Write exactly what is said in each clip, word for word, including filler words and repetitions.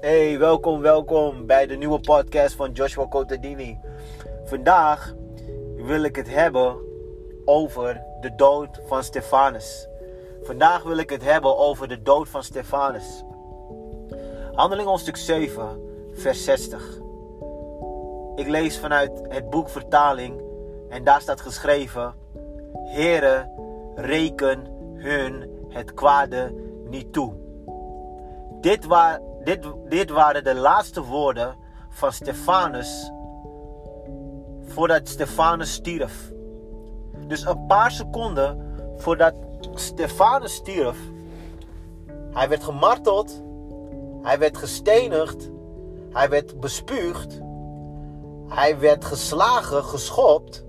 Hey, welkom, welkom bij de nieuwe podcast van Joshua Cotadini. Vandaag wil ik het hebben over de dood van Stefanus. Vandaag wil ik het hebben over de dood van Stefanus. Handelingen hoofdstuk zeven, vers zestig. Ik lees vanuit het boek Vertaling en daar staat geschreven: Heere, reken hun het kwade niet toe. Dit, wa- dit, dit waren de laatste woorden van Stefanus voordat Stefanus stierf. Dus een paar seconden voordat Stefanus stierf, hij werd gemarteld, hij werd gestenigd, hij werd bespuugd, hij werd geslagen, geschopt.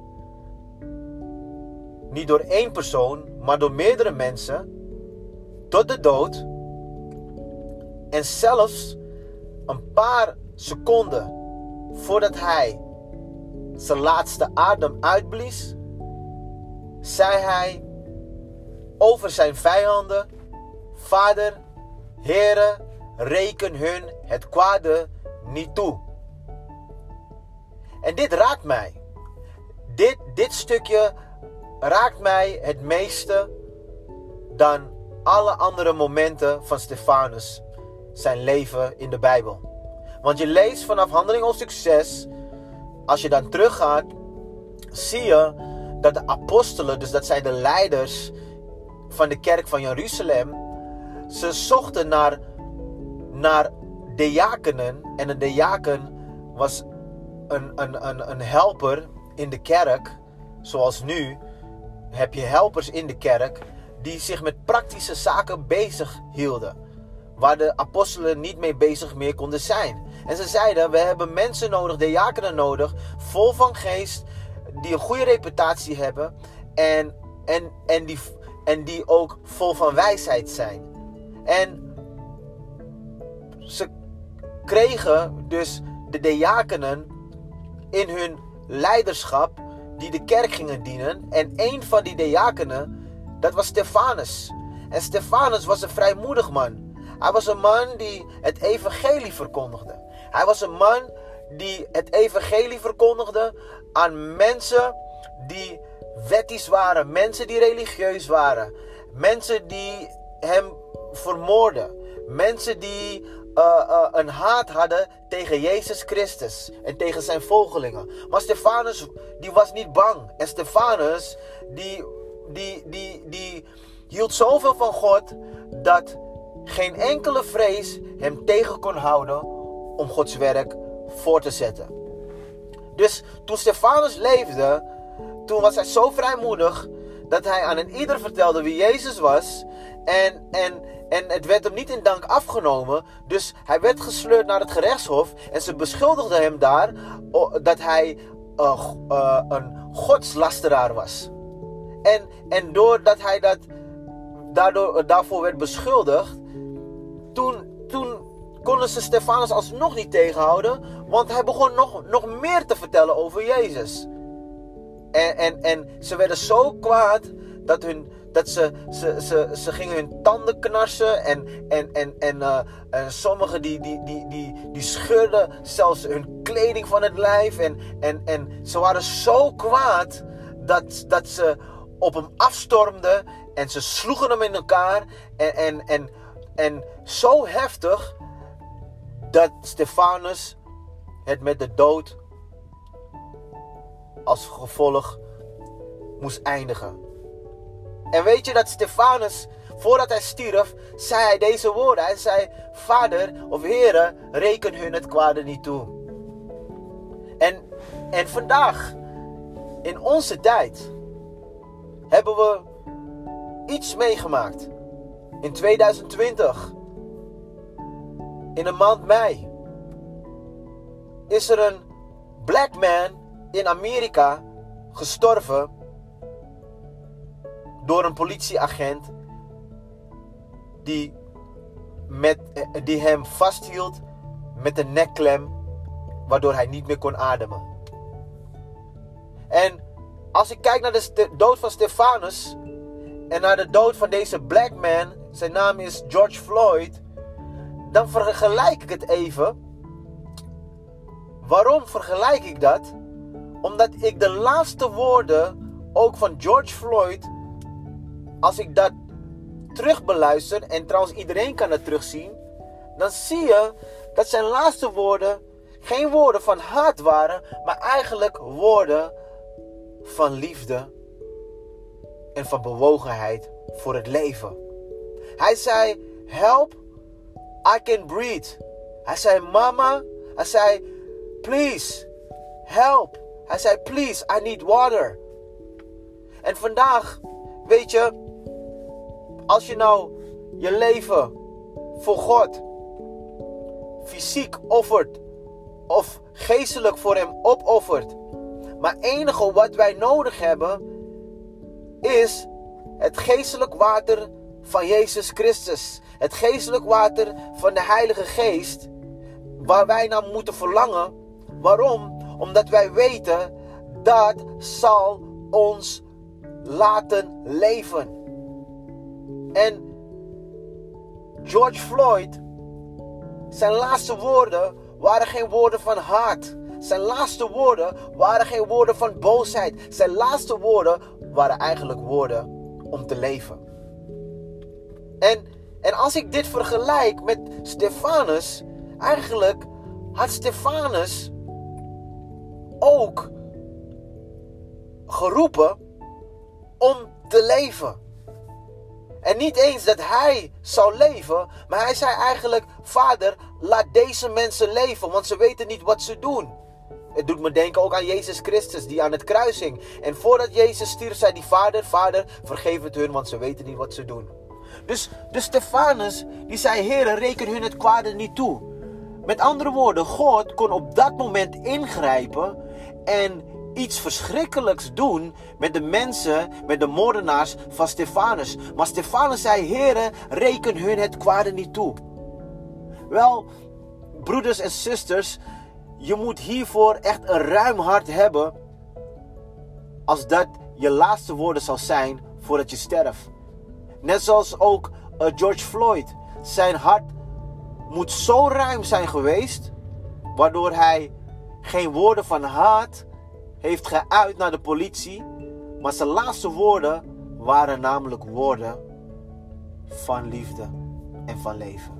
Niet door één persoon, maar door meerdere mensen, tot de dood. En zelfs een paar seconden voordat hij zijn laatste adem uitblies, zei hij over zijn vijanden: Vader, Heere, reken hun het kwade niet toe. En dit raakt mij. Dit, dit stukje raakt mij het meeste dan alle andere momenten van Stefanus zijn leven in de Bijbel. Want je leest vanaf Handelingen hoofdstuk zes, als je dan teruggaat, zie je dat de apostelen, dus dat zijn de leiders van de kerk van Jeruzalem, ze zochten naar, naar diakenen. En een diaken was een, een, een, een helper in de kerk. Zoals nu heb je helpers in de kerk die zich met praktische zaken bezig hielden, waar de apostelen niet mee bezig meer konden zijn. En ze zeiden: we hebben mensen nodig, diakenen nodig, vol van geest, die een goede reputatie hebben en, en, en, die, en die ook vol van wijsheid zijn. En ze kregen dus de diakenen in hun leiderschap die de kerk gingen dienen. En een van die diakenen, dat was Stefanus. En Stefanus was een vrijmoedig man. Hij was een man die het evangelie verkondigde. Hij was een man die het evangelie verkondigde aan mensen die wettisch waren. Mensen die religieus waren. Mensen die hem vermoorden. Mensen die uh, uh, een haat hadden tegen Jezus Christus en tegen zijn volgelingen. Maar Stefanus, die was niet bang. En Stefanus, die, die, die, die hield zoveel van God dat geen enkele vrees hem tegen kon houden om Gods werk voor te zetten. Dus toen Stefanus leefde, toen was hij zo vrijmoedig dat hij aan een ieder vertelde wie Jezus was. En, en, en het werd hem niet in dank afgenomen. Dus hij werd gesleurd naar het gerechtshof. En ze beschuldigden hem daar dat hij uh, uh, een godslasteraar was. En, en doordat hij dat, daardoor, daarvoor werd beschuldigd, Toen, toen konden ze Stefanus alsnog niet tegenhouden, want hij begon nog, nog meer te vertellen over Jezus. En, en, en ze werden zo kwaad dat, hun, dat ze, ze, ze, ze gingen hun tanden knarsen. En, en, en, en, uh, en sommigen die, die, die, die, die scheurden zelfs hun kleding van het lijf. En, en, en ze waren zo kwaad dat, dat ze op hem afstormden. En ze sloegen hem in elkaar. En... en, en En zo heftig dat Stefanus het met de dood als gevolg moest eindigen. En weet je dat Stefanus, voordat hij stierf, zei hij deze woorden. Hij zei: Vader of Heere, reken hun het kwade niet toe. En, en vandaag, in onze tijd, hebben we iets meegemaakt. In tweeduizend twintig, in de maand mei, is er een black man in Amerika gestorven door een politieagent die, met, die hem vasthield met een nekklem, waardoor hij niet meer kon ademen. En als ik kijk naar de dood van Stefanus en naar de dood van deze black man, zijn naam is George Floyd, dan vergelijk ik het even. Waarom vergelijk ik dat? Omdat ik de laatste woorden ook van George Floyd, als ik dat terugbeluister, en trouwens iedereen kan dat terugzien, dan zie je dat zijn laatste woorden geen woorden van haat waren, maar eigenlijk woorden van liefde en van bewogenheid voor het leven. Hij zei, help, I can breathe. Hij zei, mama, hij zei, please, help. Hij zei, please, I need water. En vandaag, weet je, als je nou je leven voor God fysiek offert of geestelijk voor hem opoffert, maar het enige wat wij nodig hebben is het geestelijk water van Jezus Christus. Het geestelijk water van de Heilige Geest, waar wij naar moeten verlangen. Waarom? Omdat wij weten dat zal ons laten leven. En George Floyd, zijn laatste woorden waren geen woorden van haat. Zijn laatste woorden waren geen woorden van boosheid. Zijn laatste woorden waren eigenlijk woorden om te leven. En, en als ik dit vergelijk met Stefanus, eigenlijk had Stefanus ook geroepen om te leven. En niet eens dat hij zou leven, maar hij zei eigenlijk, Vader, laat deze mensen leven, want ze weten niet wat ze doen. Het doet me denken ook aan Jezus Christus, die aan het kruis hing. En voordat Jezus stierf, zei die Vader, Vader, vergeef het hun, want ze weten niet wat ze doen. Dus, dus Stefanus, die zei, Heere, reken hun het kwade niet toe. Met andere woorden, God kon op dat moment ingrijpen en iets verschrikkelijks doen met de mensen, met de moordenaars van Stefanus. Maar Stefanus zei, Heere, reken hun het kwade niet toe. Wel, broeders en zusters, je moet hiervoor echt een ruim hart hebben, als dat je laatste woorden zal zijn voordat je sterft. Net zoals ook uh, George Floyd. Zijn hart moet zo ruim zijn geweest, waardoor hij geen woorden van haat heeft geuit naar de politie, maar zijn laatste woorden waren namelijk woorden van liefde en van leven.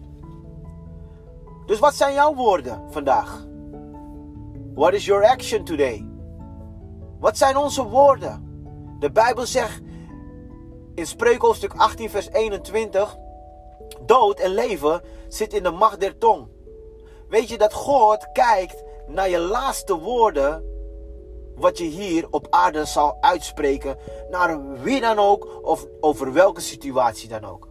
Dus wat zijn jouw woorden vandaag? What is your action today? Wat zijn onze woorden? De Bijbel zegt in Spreuken hoofdstuk achttien vers eenentwintig, dood en leven zit in de macht der tong. Weet je dat God kijkt naar je laatste woorden, wat je hier op aarde zal uitspreken, naar wie dan ook of over welke situatie dan ook.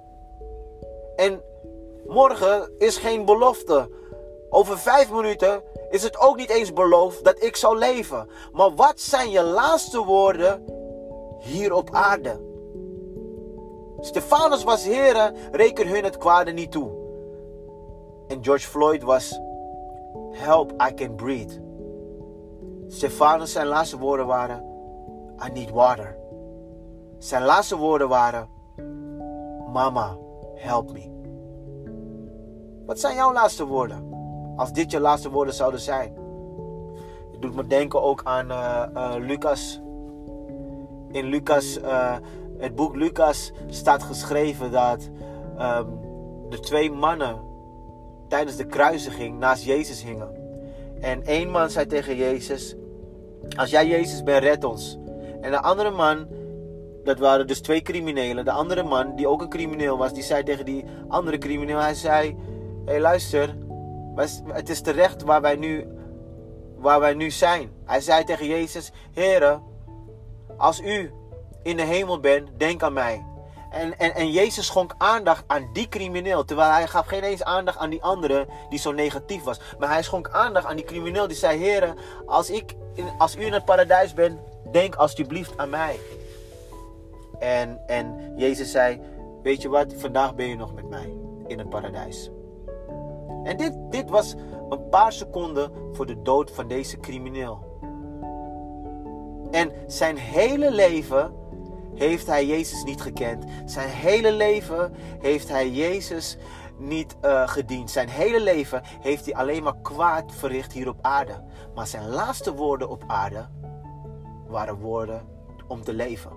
En morgen is geen belofte. Over vijf minuten is het ook niet eens beloofd dat ik zal leven. Maar wat zijn je laatste woorden hier op aarde? Stefanus was, Heere, reken hun het kwade niet toe. En George Floyd was, help, I can breathe. Stefanus, zijn laatste woorden waren, I need water. Zijn laatste woorden waren, mama, help me. Wat zijn jouw laatste woorden? Als dit je laatste woorden zouden zijn. Het doet me denken ook aan uh, uh, Lucas. In Lucas, uh, het boek Lucas staat geschreven dat um, de twee mannen tijdens de kruisiging naast Jezus hingen. En één man zei tegen Jezus, als jij Jezus bent, red ons. En de andere man, dat waren dus twee criminelen. De andere man, die ook een crimineel was, die zei tegen die andere crimineel, hij zei, hé hey, luister, het is terecht waar wij, nu, waar wij nu zijn. Hij zei tegen Jezus, Heere, als u in de hemel bent, denk aan mij. En, en, en Jezus schonk aandacht aan die crimineel, terwijl hij gaf geen eens aandacht aan die andere die zo negatief was. Maar hij schonk aandacht aan die crimineel die zei, Heere, als, ik, als u in het paradijs bent, denk alsjeblieft aan mij. En, en Jezus zei, weet je wat, vandaag ben je nog met mij in het paradijs. En dit, dit was een paar seconden voor de dood van deze crimineel. En zijn hele leven heeft hij Jezus niet gekend. Zijn hele leven heeft hij Jezus niet uh, gediend. Zijn hele leven heeft hij alleen maar kwaad verricht hier op aarde. Maar zijn laatste woorden op aarde waren woorden om te leven.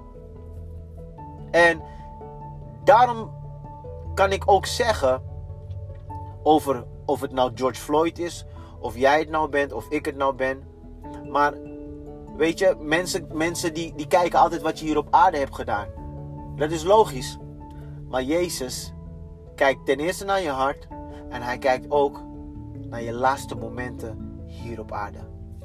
En daarom kan ik ook zeggen over of het nou George Floyd is, of jij het nou bent, of ik het nou ben. Maar weet je, mensen, mensen die, die kijken altijd wat je hier op aarde hebt gedaan. Dat is logisch. Maar Jezus kijkt ten eerste naar je hart en hij kijkt ook naar je laatste momenten hier op aarde.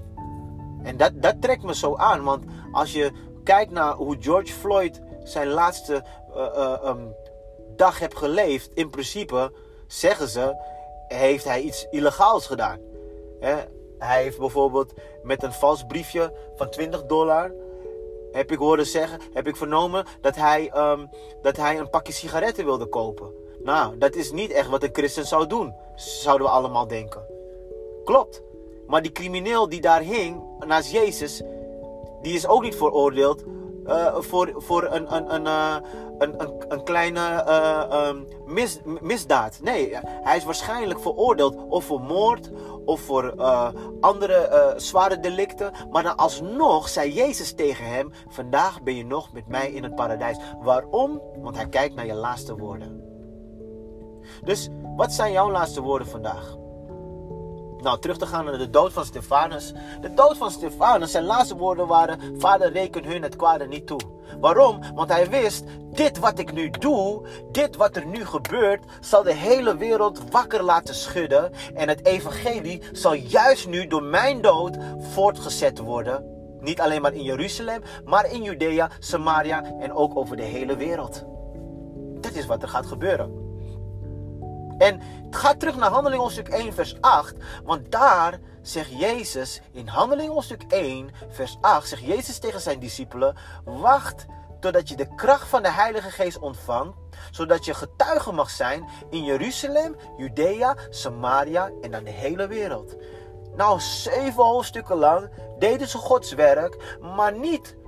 En dat, dat trekt me zo aan, want als je kijkt naar hoe George Floyd zijn laatste uh, uh, um, dag heeft geleefd, in principe zeggen ze, heeft hij iets illegaals gedaan. He? Hij heeft bijvoorbeeld met een vals briefje van twintig dollar, heb ik horen zeggen, heb ik vernomen, dat hij, um, dat hij een pakje sigaretten wilde kopen. Nou, dat is niet echt wat een christen zou doen, zouden we allemaal denken. Klopt. Maar die crimineel die daar hing, naast Jezus, die is ook niet veroordeeld uh, voor, voor een, een, een, uh, een, een, een kleine uh, um, mis, misdaad. Nee, hij is waarschijnlijk veroordeeld of voor moord of voor uh, andere uh, zware delicten. Maar dan alsnog zei Jezus tegen hem, vandaag ben je nog met mij in het paradijs. Waarom? Want hij kijkt naar je laatste woorden. Dus wat zijn jouw laatste woorden vandaag? Nou, terug te gaan naar de dood van Stefanus. De dood van Stefanus, zijn laatste woorden waren, Vader, reken hun het kwade niet toe. Waarom? Want hij wist, dit wat ik nu doe, dit wat er nu gebeurt, zal de hele wereld wakker laten schudden. En het evangelie zal juist nu door mijn dood voortgezet worden. Niet alleen maar in Jeruzalem, maar in Judea, Samaria en ook over de hele wereld. Dat is wat er gaat gebeuren. En ga terug naar Handelingen hoofdstuk één vers acht. Want daar zegt Jezus, in Handelingen hoofdstuk één vers acht, zegt Jezus tegen zijn discipelen, wacht totdat je de kracht van de Heilige Geest ontvangt, zodat je getuige mag zijn in Jeruzalem, Judea, Samaria en dan de hele wereld. Nou, zeven hoofdstukken lang deden ze Gods werk, maar niet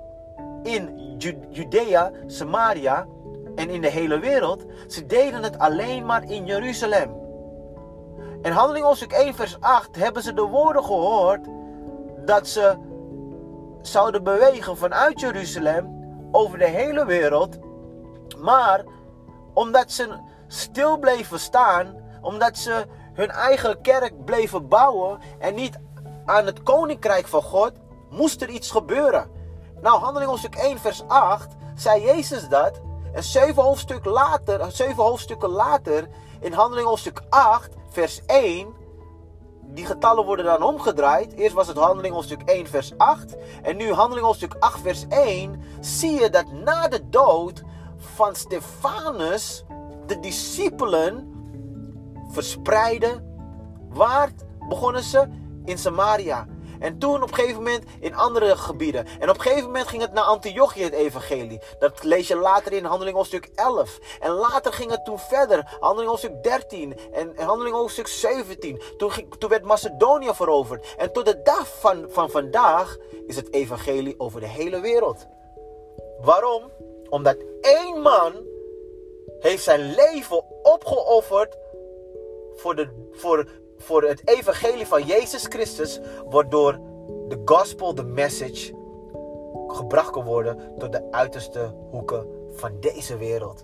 in Judea, Samaria en in de hele wereld. Ze deden het alleen maar in Jeruzalem. In Handelingen hoofdstuk één vers acht hebben ze de woorden gehoord dat ze zouden bewegen vanuit Jeruzalem over de hele wereld. Maar omdat ze stil bleven staan, omdat ze hun eigen kerk bleven bouwen en niet aan het koninkrijk van God, moest er iets gebeuren. Nou, Handelingen hoofdstuk één vers acht zei Jezus dat. En zeven, hoofdstuk later, zeven hoofdstukken later, in Handelingen hoofdstuk acht, vers één, die getallen worden dan omgedraaid. Eerst was het Handelingen hoofdstuk één, vers acht. En nu Handelingen hoofdstuk acht, vers één, zie je dat na de dood van Stefanus de discipelen verspreiden. Waar begonnen ze? In Samaria. En toen op een gegeven moment in andere gebieden. En op een gegeven moment ging het naar Antiochië, het evangelie. Dat lees je later in Handelingen hoofdstuk elf. En later ging het toen verder. Handelingen hoofdstuk dertien. En Handelingen hoofdstuk zeventien. Toen, ging, toen werd Macedonië veroverd. En tot de dag van, van vandaag is het evangelie over de hele wereld. Waarom? Omdat één man heeft zijn leven opgeofferd voor de... Voor, voor het evangelie van Jezus Christus, waardoor de gospel, de message, gebracht kan worden tot de uiterste hoeken van deze wereld.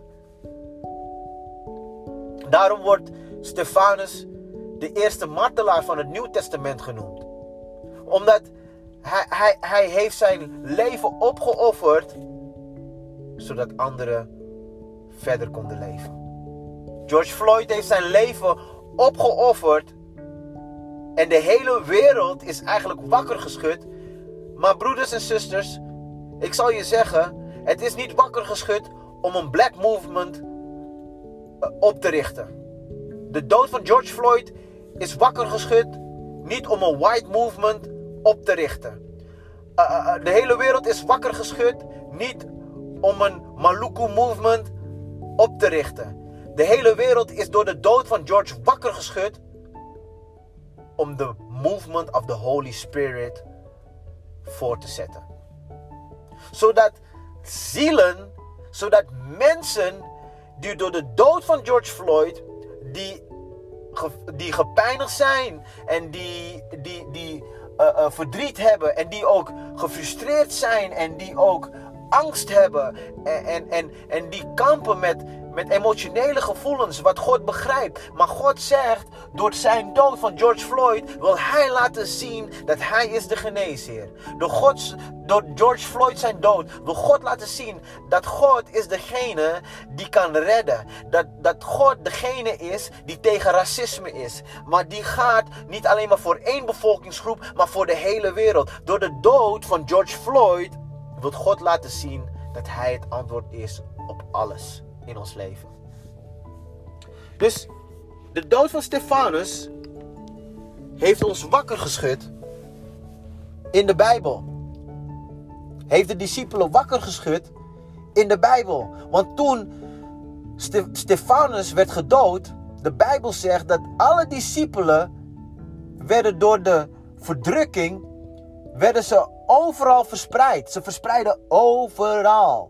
Daarom wordt Stefanus de eerste martelaar van het Nieuw Testament genoemd. Omdat hij, hij, hij heeft zijn leven opgeofferd, zodat anderen verder konden leven. George Floyd heeft zijn leven opgeofferd. En de hele wereld is eigenlijk wakker geschud. Maar broeders en zusters, ik zal je zeggen, het is niet wakker geschud om een black movement op te richten. De dood van George Floyd is wakker geschud niet om een white movement op te richten. Uh, uh, de hele wereld is wakker geschud niet om een Maluku movement op te richten. De hele wereld is door de dood van George wakker geschud om de movement of the Holy Spirit voor te zetten. Zodat zielen, zodat mensen die door de dood van George Floyd die, die gepijnigd zijn en die, die, die uh, uh, verdriet hebben en die ook gefrustreerd zijn en die ook angst hebben en, en, en, en die kampen met, met emotionele gevoelens, wat God begrijpt. Maar God zegt, door zijn dood van George Floyd wil hij laten zien dat hij is de geneesheer. Door, Gods, door George Floyd zijn dood wil God laten zien dat God is degene die kan redden. Dat, dat God degene is die tegen racisme is. Maar die gaat niet alleen maar voor één bevolkingsgroep, maar voor de hele wereld. Door de dood van George Floyd wil God laten zien dat hij het antwoord is op alles in ons leven. Dus de dood van Stefanus heeft ons wakker geschud in de Bijbel. Heeft de discipelen wakker geschud in de Bijbel. Want toen Ste- Stefanus werd gedood, de Bijbel zegt dat alle discipelen werden door de verdrukking, werden ze overal verspreid. Ze verspreiden overal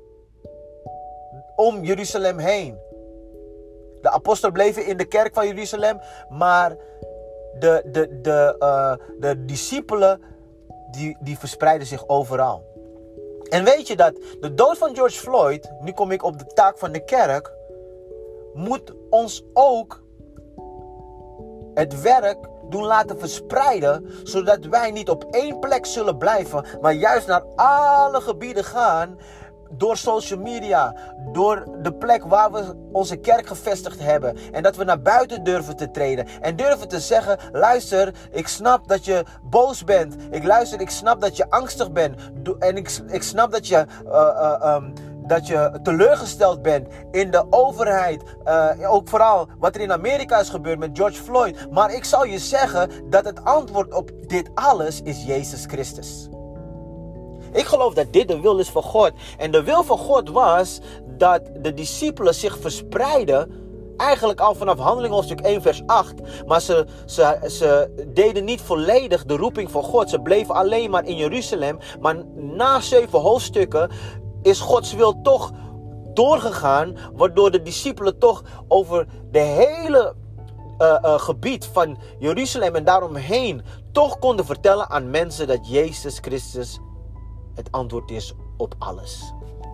om Jeruzalem heen. De apostelen bleven in de kerk van Jeruzalem, maar de, de, de, uh, de discipelen die, die verspreiden zich overal. En weet je dat de dood van George Floyd, nu kom ik op de taak van de kerk, moet ons ook het werk doen laten verspreiden, zodat wij niet op één plek zullen blijven, maar juist naar alle gebieden gaan, door social media, door de plek waar we onze kerk gevestigd hebben. En dat we naar buiten durven te treden. En durven te zeggen, luister, ik snap dat je boos bent. Ik luister, ik snap dat je angstig bent. En ik, ik snap dat je, uh, uh, um, dat je teleurgesteld bent in de overheid. Uh, ook vooral wat er in Amerika is gebeurd met George Floyd. Maar ik zal je zeggen dat het antwoord op dit alles is Jezus Christus. Ik geloof dat dit de wil is van God. En de wil van God was dat de discipelen zich verspreiden. Eigenlijk al vanaf Handelingen hoofdstuk één vers acht. Maar ze, ze, ze deden niet volledig de roeping van God. Ze bleven alleen maar in Jeruzalem. Maar na zeven hoofdstukken is Gods wil toch doorgegaan. Waardoor de discipelen toch over de hele uh, uh, gebied van Jeruzalem en daaromheen toch konden vertellen aan mensen dat Jezus Christus het antwoord is op alles.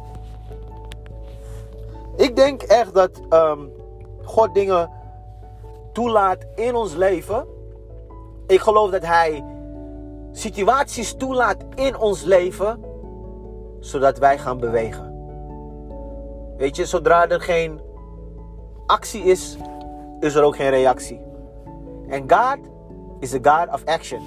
Ik denk echt dat um, God dingen toelaat in ons leven. Ik geloof dat hij situaties toelaat in ons leven, zodat wij gaan bewegen. Weet je, zodra er geen actie is, is er ook geen reactie. En God is a God of action.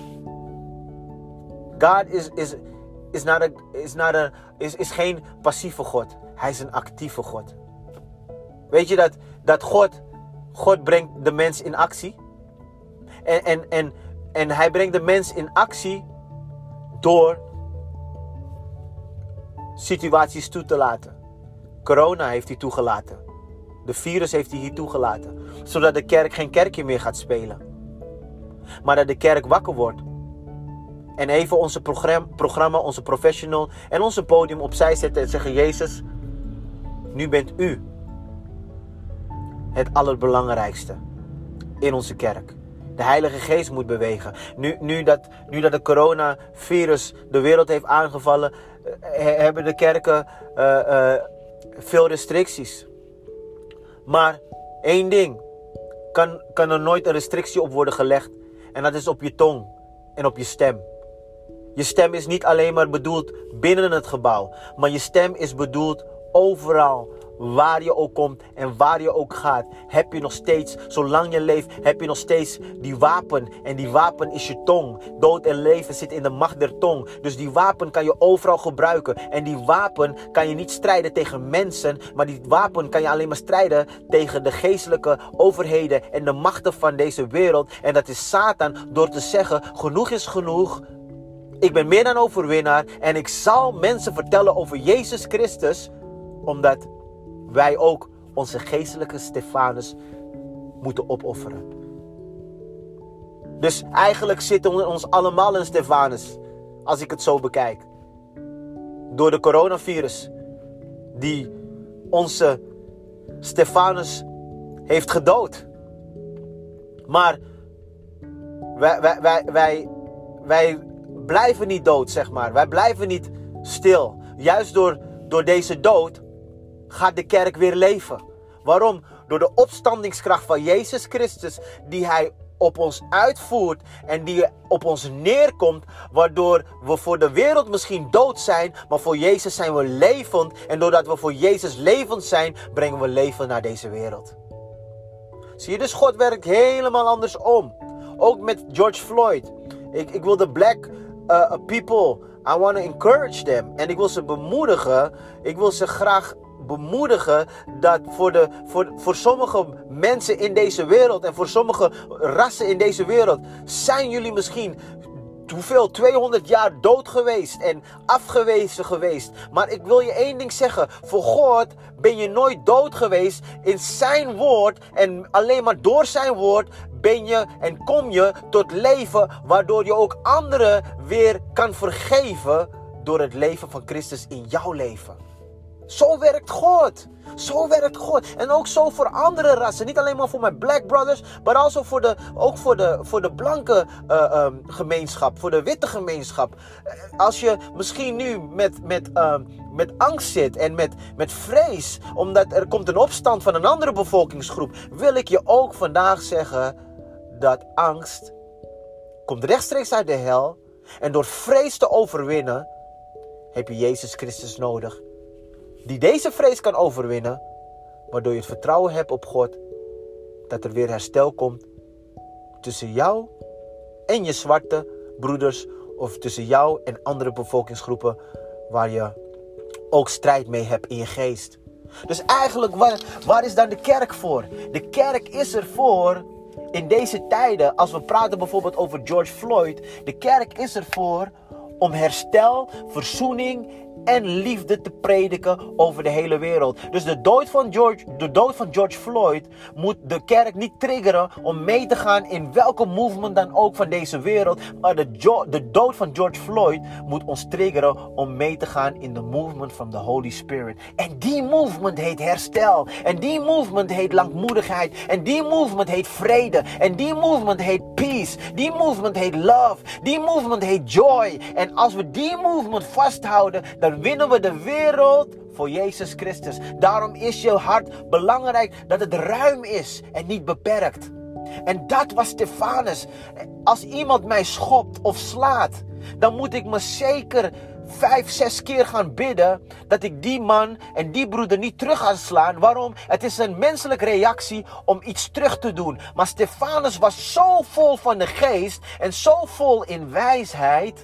God is... is Is, not a, is, not a, is, is geen passieve God. Hij is een actieve God. Weet je dat, dat God, God brengt de mens in actie. En, en, en, en hij brengt de mens in actie door situaties toe te laten. Corona heeft hij toegelaten. De virus heeft hij hier toegelaten. Zodat de kerk geen kerkje meer gaat spelen. Maar dat de kerk wakker wordt. En even onze programma, onze professional en onze podium opzij zetten en zeggen, Jezus, nu bent u het allerbelangrijkste in onze kerk. De Heilige Geest moet bewegen. Nu, nu, dat, nu dat de coronavirus de wereld heeft aangevallen, he, hebben de kerken uh, uh, veel restricties. Maar één ding, kan, kan er nooit een restrictie op worden gelegd. En dat is op je tong en op je stem. Je stem is niet alleen maar bedoeld binnen het gebouw. Maar je stem is bedoeld overal. Waar je ook komt en waar je ook gaat. Heb je nog steeds, zolang je leeft, heb je nog steeds die wapen. En die wapen is je tong. Dood en leven zit in de macht der tong. Dus die wapen kan je overal gebruiken. En die wapen kan je niet strijden tegen mensen. Maar die wapen kan je alleen maar strijden tegen de geestelijke overheden en de machten van deze wereld. En dat is Satan door te zeggen, genoeg is genoeg. Ik ben meer dan overwinnaar en ik zal mensen vertellen over Jezus Christus, omdat wij ook onze geestelijke Stefanus moeten opofferen. Dus eigenlijk zitten we ons allemaal in Stefanus, als ik het zo bekijk. Door de coronavirus, die onze Stefanus heeft gedood. Maar wij, wij, wij, wij, wij blijven niet dood, zeg maar. Wij blijven niet stil. Juist door, door deze dood gaat de kerk weer leven. Waarom? Door de opstandingskracht van Jezus Christus die hij op ons uitvoert en die op ons neerkomt, waardoor we voor de wereld misschien dood zijn, maar voor Jezus zijn we levend. En doordat we voor Jezus levend zijn, brengen we leven naar deze wereld. Zie je, dus God werkt helemaal andersom. Ook met George Floyd. Ik, ik wil de black uh, people, I want to encourage them. En ik wil ze bemoedigen. Ik wil ze graag bemoedigen dat voor, de, voor, voor sommige mensen in deze wereld en voor sommige rassen in deze wereld zijn jullie misschien hoeveel, tweehonderd jaar dood geweest en afgewezen geweest. Maar ik wil je één ding zeggen. Voor God ben je nooit dood geweest. In zijn woord en alleen maar door zijn woord ben je en kom je tot leven, waardoor je ook anderen weer kan vergeven door het leven van Christus in jouw leven. Zo werkt God. Zo werkt God. En ook zo voor andere rassen. Niet alleen maar voor mijn black brothers. Maar also voor de, ook voor de, voor de blanke uh, um, gemeenschap. Voor de witte gemeenschap. Als je misschien nu met, met, uh, met angst zit. En met, met vrees. Omdat er komt een opstand van een andere bevolkingsgroep. Wil ik je ook vandaag zeggen. Dat angst komt rechtstreeks uit de hel. En door vrees te overwinnen. Heb je Jezus Christus nodig. Die deze vrees kan overwinnen. Waardoor je het vertrouwen hebt op God. Dat er weer herstel komt. Tussen jou en je zwarte broeders. Of tussen jou en andere bevolkingsgroepen. Waar je ook strijd mee hebt in je geest. Dus eigenlijk, waar, waar is dan de kerk voor? De kerk is er voor in deze tijden. Als we praten bijvoorbeeld over George Floyd. De kerk is er voor om herstel, verzoening en liefde te prediken over de hele wereld. Dus de dood van George, de dood van George Floyd moet de kerk niet triggeren om mee te gaan in welke movement dan ook van deze wereld. Maar de, jo- de dood van George Floyd moet ons triggeren om mee te gaan in de movement van de Holy Spirit. En die movement heet herstel. En die movement heet langmoedigheid. En die movement heet vrede. En die movement heet peace. Die movement heet love. Die movement heet joy. En als we die movement vasthouden, dan winnen we de wereld voor Jezus Christus. Daarom is je hart belangrijk dat het ruim is en niet beperkt. En dat was Stefanus. Als iemand mij schopt of slaat, dan moet ik me zeker vijf, zes keer gaan bidden dat ik die man en die broeder niet terug ga slaan. Waarom? Het is een menselijke reactie om iets terug te doen. Maar Stefanus was zo vol van de geest en zo vol in wijsheid,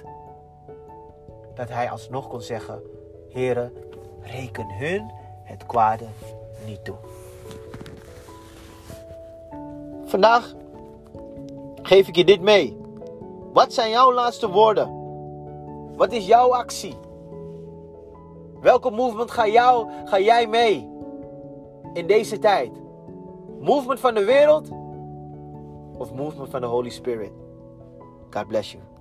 dat hij alsnog kon zeggen: Heere, reken hun het kwade niet toe. Vandaag geef ik je dit mee. Wat zijn jouw laatste woorden? Wat is jouw actie? Welke movement ga, jou, ga jij mee in deze tijd? Movement van de wereld of movement van de Holy Spirit? God bless you.